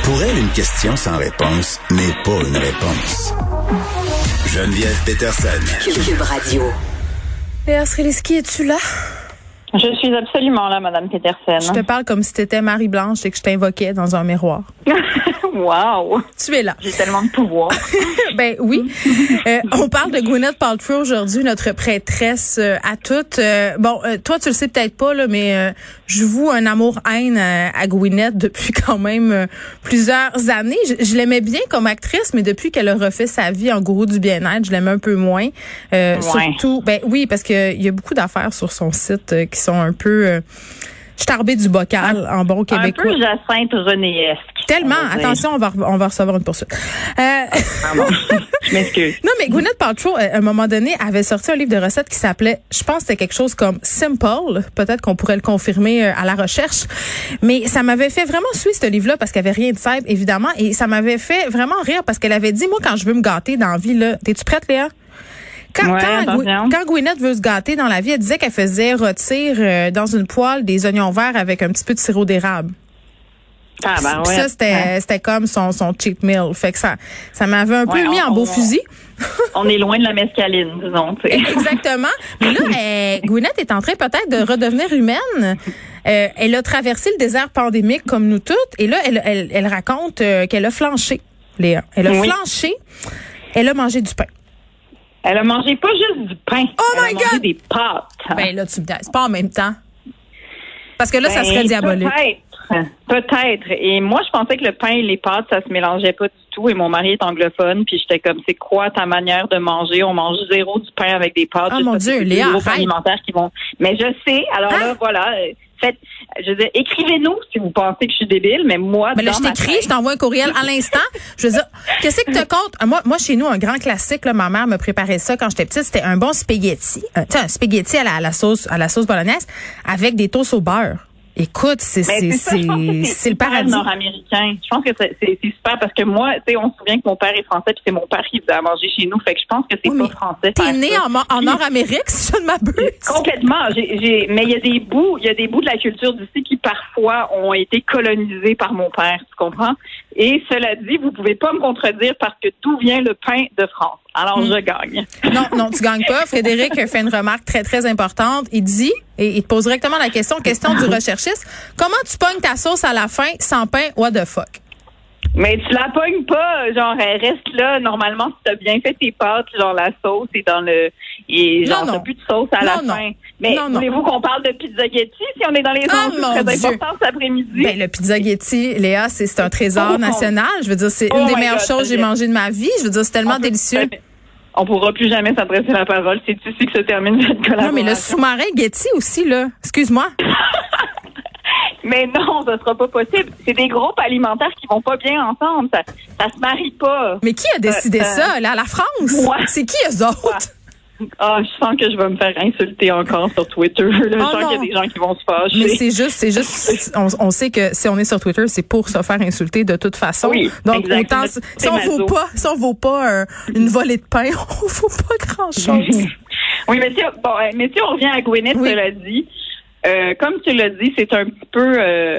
Pour elle, une question sans réponse n'est pas une réponse. Geneviève Peterson. Cube Radio. Léa Sreliski, es-tu là? Je suis absolument là, Madame Peterson. Je te parle comme si t'étais Marie-Blanche et que je t'invoquais dans un miroir. Wow! Tu es là. J'ai tellement de pouvoir. Ben oui. On parle de Gwyneth Paltrow aujourd'hui, notre prêtresse à toutes. Toi, tu le sais peut-être pas, là, mais je voue un amour-haine à Gwyneth depuis quand même plusieurs années. Je l'aimais bien comme actrice, mais depuis qu'elle a refait sa vie en gourou du bien-être, je l'aimais un peu moins. Surtout, ben oui, parce qu'il y a beaucoup d'affaires sur son site qui sont un peu... starbé du bocal en bon québécois. Un peu Jacinthe Renéesque. Tellement. Attention, on va recevoir une poursuite. Pardon. Je m'excuse. Non, mais Gwyneth Paltrow, à un moment donné, avait sorti un livre de recettes qui s'appelait, je pense que c'était quelque chose comme Simple. Peut-être qu'on pourrait le confirmer à la recherche. Mais ça m'avait fait vraiment suivre ce livre-là parce qu'il n'y avait rien de simple, évidemment. Et ça m'avait fait vraiment rire parce qu'elle avait dit, moi, quand je veux me gâter dans la vie, là, t'es-tu prête, Léa? Quand Gwyneth veut se gâter dans la vie, elle disait qu'elle faisait rôtir dans une poêle des oignons verts avec un petit peu de sirop d'érable. Ah ben ouais. Ça, c'était comme son cheat meal. Fait que ça m'avait un peu mis en beau fusil. On est loin de la mescaline, disons. T'sais. Exactement. Mais là, Gwyneth est en train peut-être de redevenir humaine. Elle a traversé le désert pandémique comme nous toutes. Et là, elle raconte qu'elle a flanché, Léa. Elle a flanché. Elle a mangé du pain. Elle a mangé pas juste du pain. Oh my God! Elle a mangé des pâtes. Ben là, tu me dis, c'est pas en même temps. Parce que là, ça serait diabolique. Peut-être. Et moi, je pensais que le pain et les pâtes, ça se mélangeait pas du tout. Et mon mari est anglophone, puis j'étais comme, c'est quoi ta manière de manger? On mange zéro du pain avec des pâtes. Oh mon Dieu, Léa, arrête. Alimentaires qui vont. Mais je sais. Alors là, voilà. Je veux dire, écrivez-nous si vous pensez que je suis débile, mais moi, là, je t'écris, je t'envoie un courriel à l'instant. Je veux dire, qu'est-ce que te compte? Moi, chez nous, un grand classique, là, ma mère me préparait ça quand j'étais petite, c'était un bon spaghetti. Un spaghetti à la sauce bolognaise avec des toasts au beurre. Écoute, c'est le paradis. Nord-américain. Je pense que c'est super parce que moi, tu sais, on se souvient que mon père est français puis c'est mon père qui faisait à manger chez nous. Fait que je pense que c'est pas français. T'es né en Nord-Amérique, si je ne m'abuse. Complètement. Mais il y a des bouts de la culture d'ici qui parfois ont été colonisés par mon père, tu comprends? Et cela dit, vous pouvez pas me contredire parce que d'où vient le pain de France? Alors, je gagne. Non, tu gagnes pas. Frédéric fait une remarque très, très importante. Il dit, et il te pose directement la question du recherchiste, comment tu pognes ta sauce à la fin sans pain? What the fuck? Mais tu la pognes pas, genre, elle reste là. Normalement, si t'as bien fait tes pâtes, genre, la sauce est dans le... Et genre, t'as plus de sauce à la fin. Mais voulez-vous qu'on parle de pizzaghetti si on est dans les enjeux très importants cet après-midi? Ben, le pizzaghetti, Léa, c'est un trésor national. Je veux dire, c'est une des meilleures choses que j'ai mangées de ma vie. Je veux dire, c'est tellement délicieux. On pourra plus jamais s'adresser la parole. C'est ici que se termine cette collaboration. Non, mais le sous-marin Getty aussi, là. Excuse-moi. Mais non, ça sera pas possible. C'est des groupes alimentaires qui vont pas bien ensemble. Ça se marie pas. Mais qui a décidé ça, là? La France? Moi. C'est qui eux autres? Ah, je sens que je vais me faire insulter encore sur Twitter. Là. Je sens qu'il y a des gens qui vont se fâcher. Mais c'est juste, on sait que si on est sur Twitter, c'est pour se faire insulter de toute façon. Oui, donc exactement. autant si on vaut pas une volée de pain, on vaut pas grand-chose. Oui, mais si on revient à Gwyneth, cela dit, comme tu l'as dit, c'est un petit peu,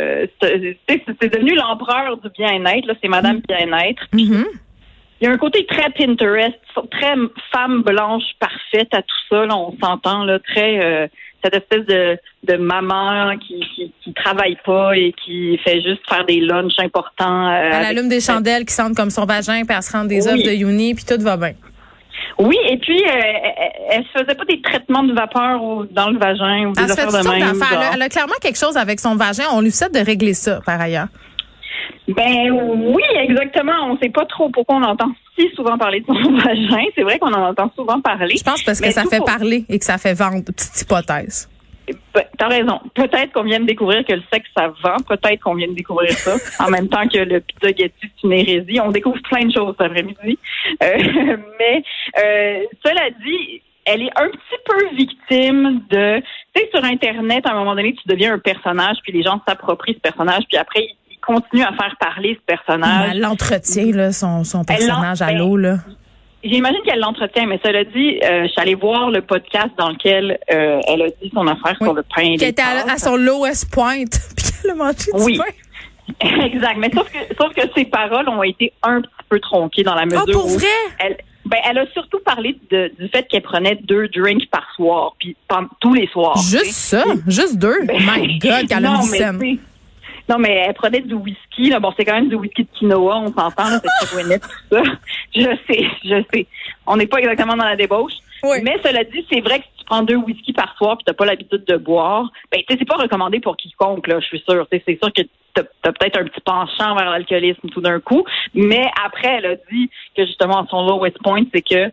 c'est devenu l'empereur du bien-être. Là, c'est Madame Bien-être. Mm-hmm. Il y a un côté très Pinterest, très femme blanche parfaite à tout ça. Là, on s'entend là très cette espèce de maman qui travaille pas et qui fait juste faire des lunchs importants. Elle allume des chandelles qui sentent comme son vagin, puis elle se rend des œufs de Uni, puis tout va bien. Oui, et puis elle se faisait pas des traitements de vapeur dans le vagin ou des affaires de même. Elle a clairement quelque chose avec son vagin. On lui souhaite de régler ça, par ailleurs. Ben oui, exactement. On sait pas trop pourquoi on entend si souvent parler de son vagin. C'est vrai qu'on en entend souvent parler. Je pense parce que ça fait parler et que ça fait vendre. Petite hypothèse. T'as raison. Peut-être qu'on vient de découvrir que le sexe, ça vend. Peut-être qu'on vient de découvrir ça. En même temps que le pizzaghetti, c'est une hérésie. On découvre plein de choses cet après-midi. Mais cela dit, elle est un petit peu victime de... Tu sais, sur Internet, à un moment donné, tu deviens un personnage, puis les gens s'approprient ce personnage, puis après, ils continuent à faire parler ce personnage. Elle l'entretient, là, son personnage à l'eau, là. J'imagine qu'elle l'entretient, mais cela dit, je suis allée voir le podcast dans lequel elle a dit son affaire sur le pain et les pâtes. Qui était à son lowest point, puis qu'elle a mangé du pain. Exact. Mais sauf que ses paroles ont été un petit peu tronquées dans la mesure pour où vrai? elle a surtout parlé du fait qu'elle prenait 2 drinks par soir, puis tous les soirs. Juste ça? Juste 2? My God, qu'elle a mis scène. Non, mais elle prenait du whisky. Là. Bon, c'est quand même du whisky de quinoa, on s'entend, là, c'est très Gwyneth, tout ça. Je sais. On n'est pas exactement dans la débauche. Oui. Mais cela dit, c'est vrai que si tu prends 2 whisky par soir puis t'as pas l'habitude de boire, ben, tu sais, c'est pas recommandé pour quiconque, là, je suis sûre. C'est sûr que t'as peut-être un petit penchant vers l'alcoolisme tout d'un coup. Mais après, elle a dit que justement, son lowest point, c'est que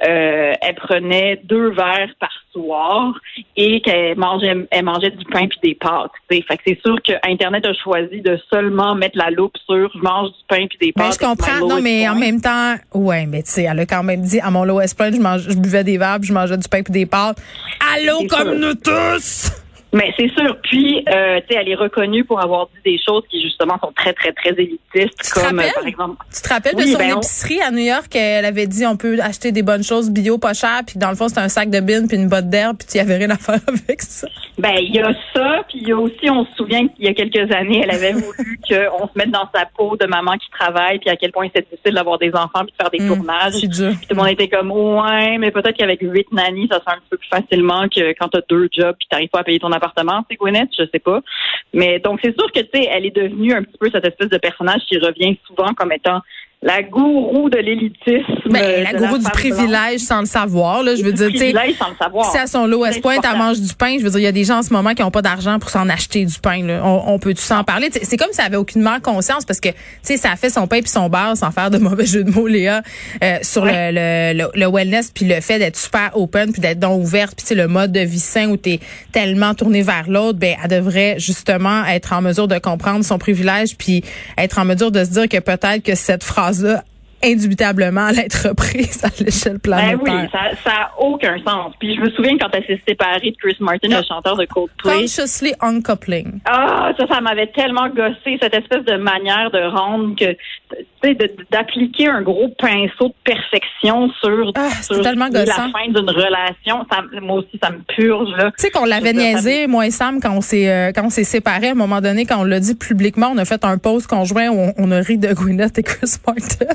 elle prenait 2 verres par soir et qu'elle mangeait du pain puis des pâtes. T'sais. Fait que c'est sûr que Internet a choisi de seulement mettre la loupe sur je mange du pain puis des pâtes. Ben, je comprends. Non, mais en même temps, ouais, mais tu sais, elle a quand même dit à mon lowest point, je buvais des verres puis je mangeais du pain puis des pâtes. Allô, c'est comme sûr. Nous tous! Mais c'est sûr. Puis, tu sais, elle est reconnue pour avoir dit des choses qui, justement, sont très, très, très élitistes. Comme, par exemple... Tu te rappelles de son épicerie à New York? Elle avait dit, on peut acheter des bonnes choses bio, pas cher. Puis, dans le fond, c'était un sac de bines puis une botte d'herbe. Puis, tu y avais rien à faire avec ça. Ben, il y a ça. Puis, il y a aussi, on se souvient qu'il y a quelques années, elle avait voulu qu'on se mette dans sa peau de maman qui travaille. Puis, à quel point c'est difficile d'avoir des enfants puis de faire des tournages. C'est dur. Puis, tout le monde était comme, ouais, mais peut-être qu'avec 8 nannies, ça se fait un petit peu plus facilement que quand t'as 2 jobs puis t'arrives pas à payer ton appartement, c'est Gwyneth, je sais pas. Mais donc, c'est sûr que, tu sais, elle est devenue un petit peu cette espèce de personnage qui revient souvent comme étant la gourou de l'élitisme. Ben, la gourou du privilège sans le savoir, là. Je veux dire, tu sais. Si à son lowest point, elle mange du pain, je veux dire, il y a des gens en ce moment qui n'ont pas d'argent pour s'en acheter du pain, là. On peut-tu s'en parler? T'sais, c'est comme si elle avait aucunement conscience parce que, tu sais, ça a fait son pain puis son beurre sans faire de mauvais jeu de mots, Léa, sur le wellness puis le fait d'être super open puis d'être donc ouverte puis, tu sais, le mode de vie sain où t'es tellement tourné vers l'autre, ben, elle devrait justement être en mesure de comprendre son privilège puis être en mesure de se dire que peut-être que cette phrase indubitablement à l'être reprise à l'échelle planétaire. Ben oui, ça a aucun sens. Puis je me souviens quand elle s'est séparée de Chris Martin, le chanteur de Coldplay. Consciously uncoupling. Ah, ça m'avait tellement gossé, cette espèce de manière de rendre que, tu sais, d'appliquer un gros pinceau de perfection sur tellement la fin d'une relation. Moi aussi, ça me purge, là. Tu sais qu'on l'avait niaisé, moi et Sam, quand on s'est séparés, à un moment donné, quand on l'a dit publiquement, on a fait un post conjoint où on a ri de Gwyneth et Chris Martin.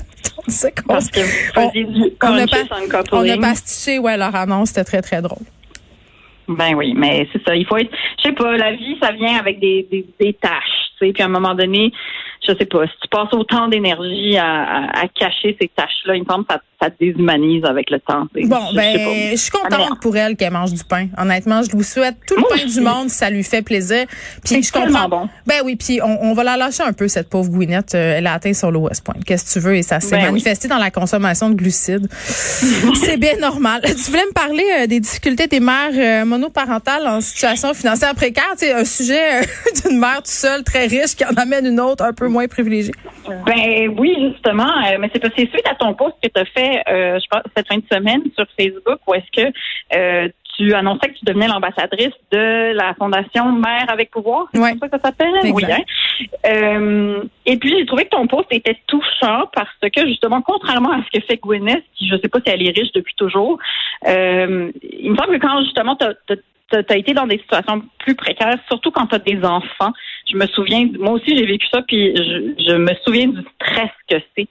On a pastiché, ouais, leur annonce, c'était très, très drôle. Ben oui, mais c'est ça. Il faut être, je sais pas, la vie, ça vient avec des tâches, tu sais. Puis à un moment donné, je sais pas, si tu passes autant d'énergie à cacher ces tâches-là, il me semble que ça te déshumanise avec le temps. T'sais. Bon, je suis contente pour elle qu'elle mange du pain. Honnêtement, je lui souhaite tout le pain du monde si ça lui fait plaisir. Puis je comprends. Bon. Ben oui, puis on va la lâcher un peu, cette pauvre Gwyneth. Elle a atteint son lowest point. Qu'est-ce que tu veux? Et ça s'est manifesté dans la consommation de glucides. C'est bien normal. Tu voulais me parler des difficultés des mères monoparentales en situation financière précaire. Tu sais, un sujet d'une mère toute seule, très riche, qui en amène une autre un peu moins privilégiée. Ben oui, justement. Mais c'est suite à ton post que tu as fait, je pense, cette fin de semaine sur Facebook, où est-ce que tu annonçais que tu devenais l'ambassadrice de la Fondation Mères avec pouvoir. C'est comme ça que ça s'appelle? Oui, hein? Et puis, j'ai trouvé que ton post était touchant parce que, justement, contrairement à ce que fait Gwyneth, qui, je sais pas si elle est riche depuis toujours, il me semble que quand, justement, t'as été dans des situations plus précaires, surtout quand t'as des enfants. Je me souviens, moi aussi, j'ai vécu ça, puis je me souviens du stress que c'est.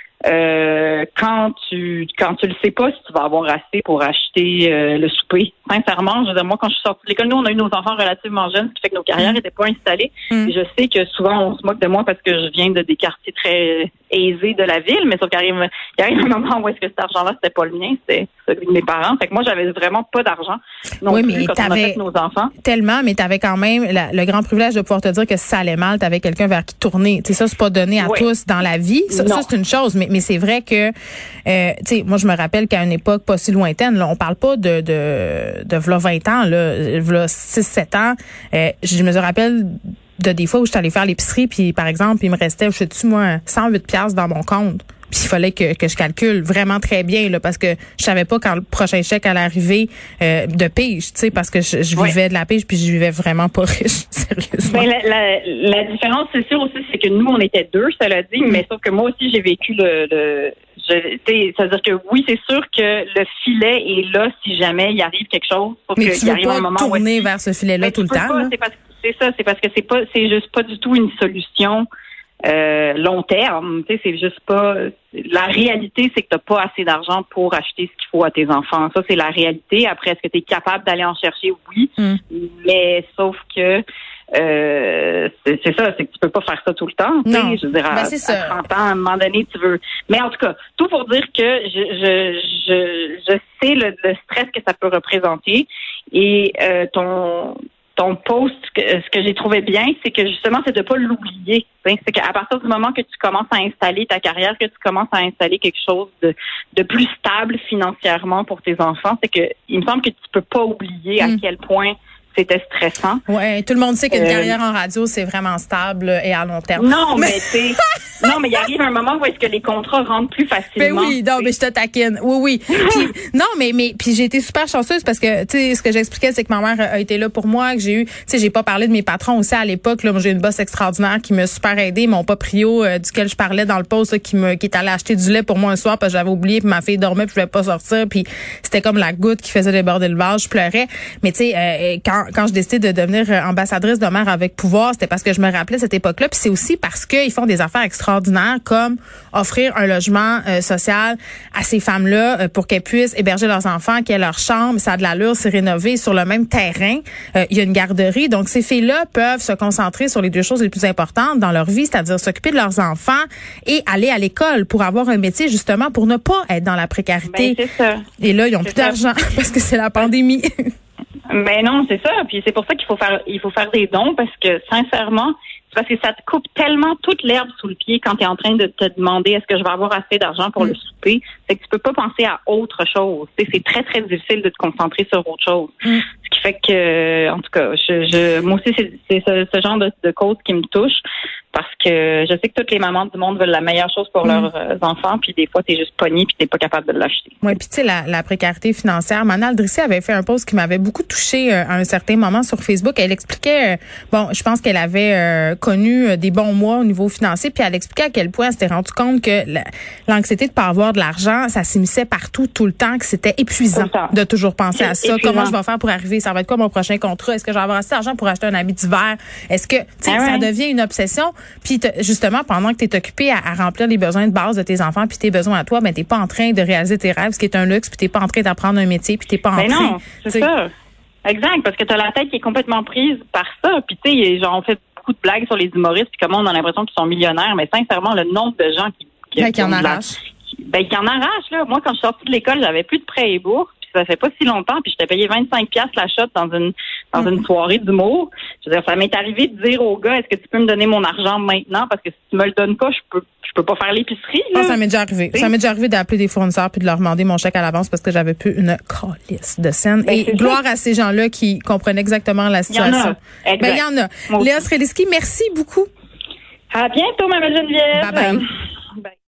Quand tu le sais pas si tu vas avoir assez pour acheter le souper. Sincèrement, je veux dire, moi, quand je suis sortie de l'école, nous, on a eu nos enfants relativement jeunes, ce qui fait que nos carrières n'étaient pas installées. Et je sais que souvent, on se moque de moi parce que je viens de des quartiers très aisés de la ville, mais sauf qu'il arrive un moment où est-ce que cet argent-là, c'était pas le mien, c'était celui de mes parents. Fait que moi, j'avais vraiment pas d'argent non plus quand on a fait nos enfants. Tellement, mais t'avais quand même le grand privilège de pouvoir te dire que si ça allait mal, t'avais quelqu'un vers qui tourner. Tu sais, ça, c'est pas donné à tous dans la vie. Ça c'est une chose, mais c'est vrai que, tu sais, moi, je me rappelle qu'à une époque pas si lointaine, là, on parle pas de v'là 20 ans, là, v'là 6-7 ans, je me rappelle de des fois où j'étais allée faire l'épicerie, puis par exemple, il me restait, je sais-tu, moi, 108 piastres dans mon compte. Puis il fallait que je calcule vraiment très bien, là, parce que je savais pas quand le prochain chèque allait arriver de pige, tu sais, parce que je vivais de la pige, puis je vivais vraiment pas riche, sérieusement. Ben, la différence, c'est sûr aussi, c'est que nous, on était 2, cela dit, mais sauf que moi aussi, j'ai vécu C'est-à-dire que oui, c'est sûr que le filet est là si jamais il arrive quelque chose. Mais tu veux pas tourner vers ce filet-là tout le temps. C'est parce que c'est juste pas du tout une solution long terme. C'est juste pas. La réalité, c'est que t'as pas assez d'argent pour acheter ce qu'il faut à tes enfants. Ça, c'est la réalité. Après, est-ce que tu es capable d'aller en chercher? Oui. Mais sauf que c'est ça, c'est que tu peux pas faire ça tout le temps. Non. Je veux dire, à 30 ans, à un moment donné, tu veux. Mais en tout cas, tout pour dire que je sais le stress que ça peut représenter. Et ton post, ce que j'ai trouvé bien, c'est que justement, c'est de pas l'oublier. C'est qu'à partir du moment que tu commences à installer ta carrière, que tu commences à installer quelque chose de plus stable financièrement pour tes enfants, c'est que il me semble que tu peux pas oublier à quel point c'était stressant. Ouais, tout le monde sait qu'une carrière en radio, c'est vraiment stable et à long terme. Non, mais il arrive un moment où est-ce que les contrats rentrent plus facilement. Mais oui, non, mais je te taquine. Oui. Puis, non, mais puis j'ai été super chanceuse parce que, tu sais, ce que j'expliquais, c'est que ma mère a été là pour moi, que j'ai eu, tu sais, j'ai pas parlé de mes patrons aussi à l'époque, là. Moi, j'ai une boss extraordinaire qui m'a super aidée, mon paprio, duquel je parlais dans le post, là, qui est allé acheter du lait pour moi un soir parce que j'avais oublié, puis ma fille dormait, puis je voulais pas sortir, puis c'était comme la goutte qui faisait déborder le vase, je pleurais. Mais tu sais, quand je décidé de devenir ambassadrice de Mères avec pouvoir, c'était parce que je me rappelais cette époque-là, puis c'est aussi parce qu'ils font des affaires extraordinaires comme offrir un logement social à ces femmes-là pour qu'elles puissent héberger leurs enfants, qu'elles aient leur chambre, ça a de l'allure, c'est rénové sur le même terrain. Il y a une garderie, donc ces filles-là peuvent se concentrer sur les deux choses les plus importantes dans leur vie, c'est-à-dire s'occuper de leurs enfants et aller à l'école pour avoir un métier justement pour ne pas être dans la précarité. Ben, c'est ça. Et là, ils ont plus d'argent parce que c'est la pandémie. Mais non, c'est ça. Puis c'est pour ça qu'il faut faire des dons parce que sincèrement, c'est parce que ça te coupe tellement toute l'herbe sous le pied quand tu es en train de te demander est-ce que je vais avoir assez d'argent pour le souper. C'est que tu peux pas penser à autre chose. C'est très, très difficile de te concentrer sur autre chose. Ce qui fait que, en tout cas, moi aussi, c'est ce genre de cause qui me touche. Parce que je sais que toutes les mamans du monde veulent la meilleure chose pour leurs enfants, puis des fois, t'es juste pogné puis t'es pas capable de l'acheter. Oui, puis tu sais, la précarité financière. Manal Drissi avait fait un post qui m'avait beaucoup touchée à un certain moment sur Facebook. Elle expliquait, je pense qu'elle avait connu des bons mois au niveau financier, puis elle expliquait à quel point elle s'était rendu compte que l'anxiété de pas avoir de l'argent, ça s'immisçait partout, tout le temps, que c'était épuisant de toujours penser à ça. Comment je vais faire pour arriver? Ça va être quoi mon prochain contrat? Est-ce que je vais avoir assez d'argent pour acheter un habit d'hiver? Est-ce que, tu sais, ça devient une obsession? Puis justement, pendant que tu es occupé à remplir les besoins de base de tes enfants puis tes besoins à toi, ben t'es pas en train de réaliser tes rêves, ce qui est un luxe, puis t'es pas en train d'apprendre un métier, puis t'es pas en train. Non, c'est ça. Exact, parce que t'as la tête qui est complètement prise par ça. Puis tu sais, genre on fait beaucoup de blagues sur les humoristes, puis comment on a l'impression qu'ils sont millionnaires, mais sincèrement, le nombre de gens qui en arrachent. Qui en arrachent là. Moi, quand je suis sortie de l'école, j'avais plus de prêts et bourses. Ça fait pas si longtemps, puis je t'ai payé 25$ la shot dans une soirée d'humour. Je veux dire, ça m'est arrivé de dire au gars, est-ce que tu peux me donner mon argent maintenant? Parce que si tu me le donnes pas, je peux pas faire l'épicerie. Là. Ça m'est déjà arrivé. Ça m'est déjà arrivé d'appeler des fournisseurs puis de leur demander mon chèque à l'avance parce que j'avais plus une calice de scène. Et gloire à ces gens-là qui comprenaient exactement la situation. Il y en a. Léa Sreliski, merci beaucoup. À bientôt, ma belle Geneviève. Bye bye.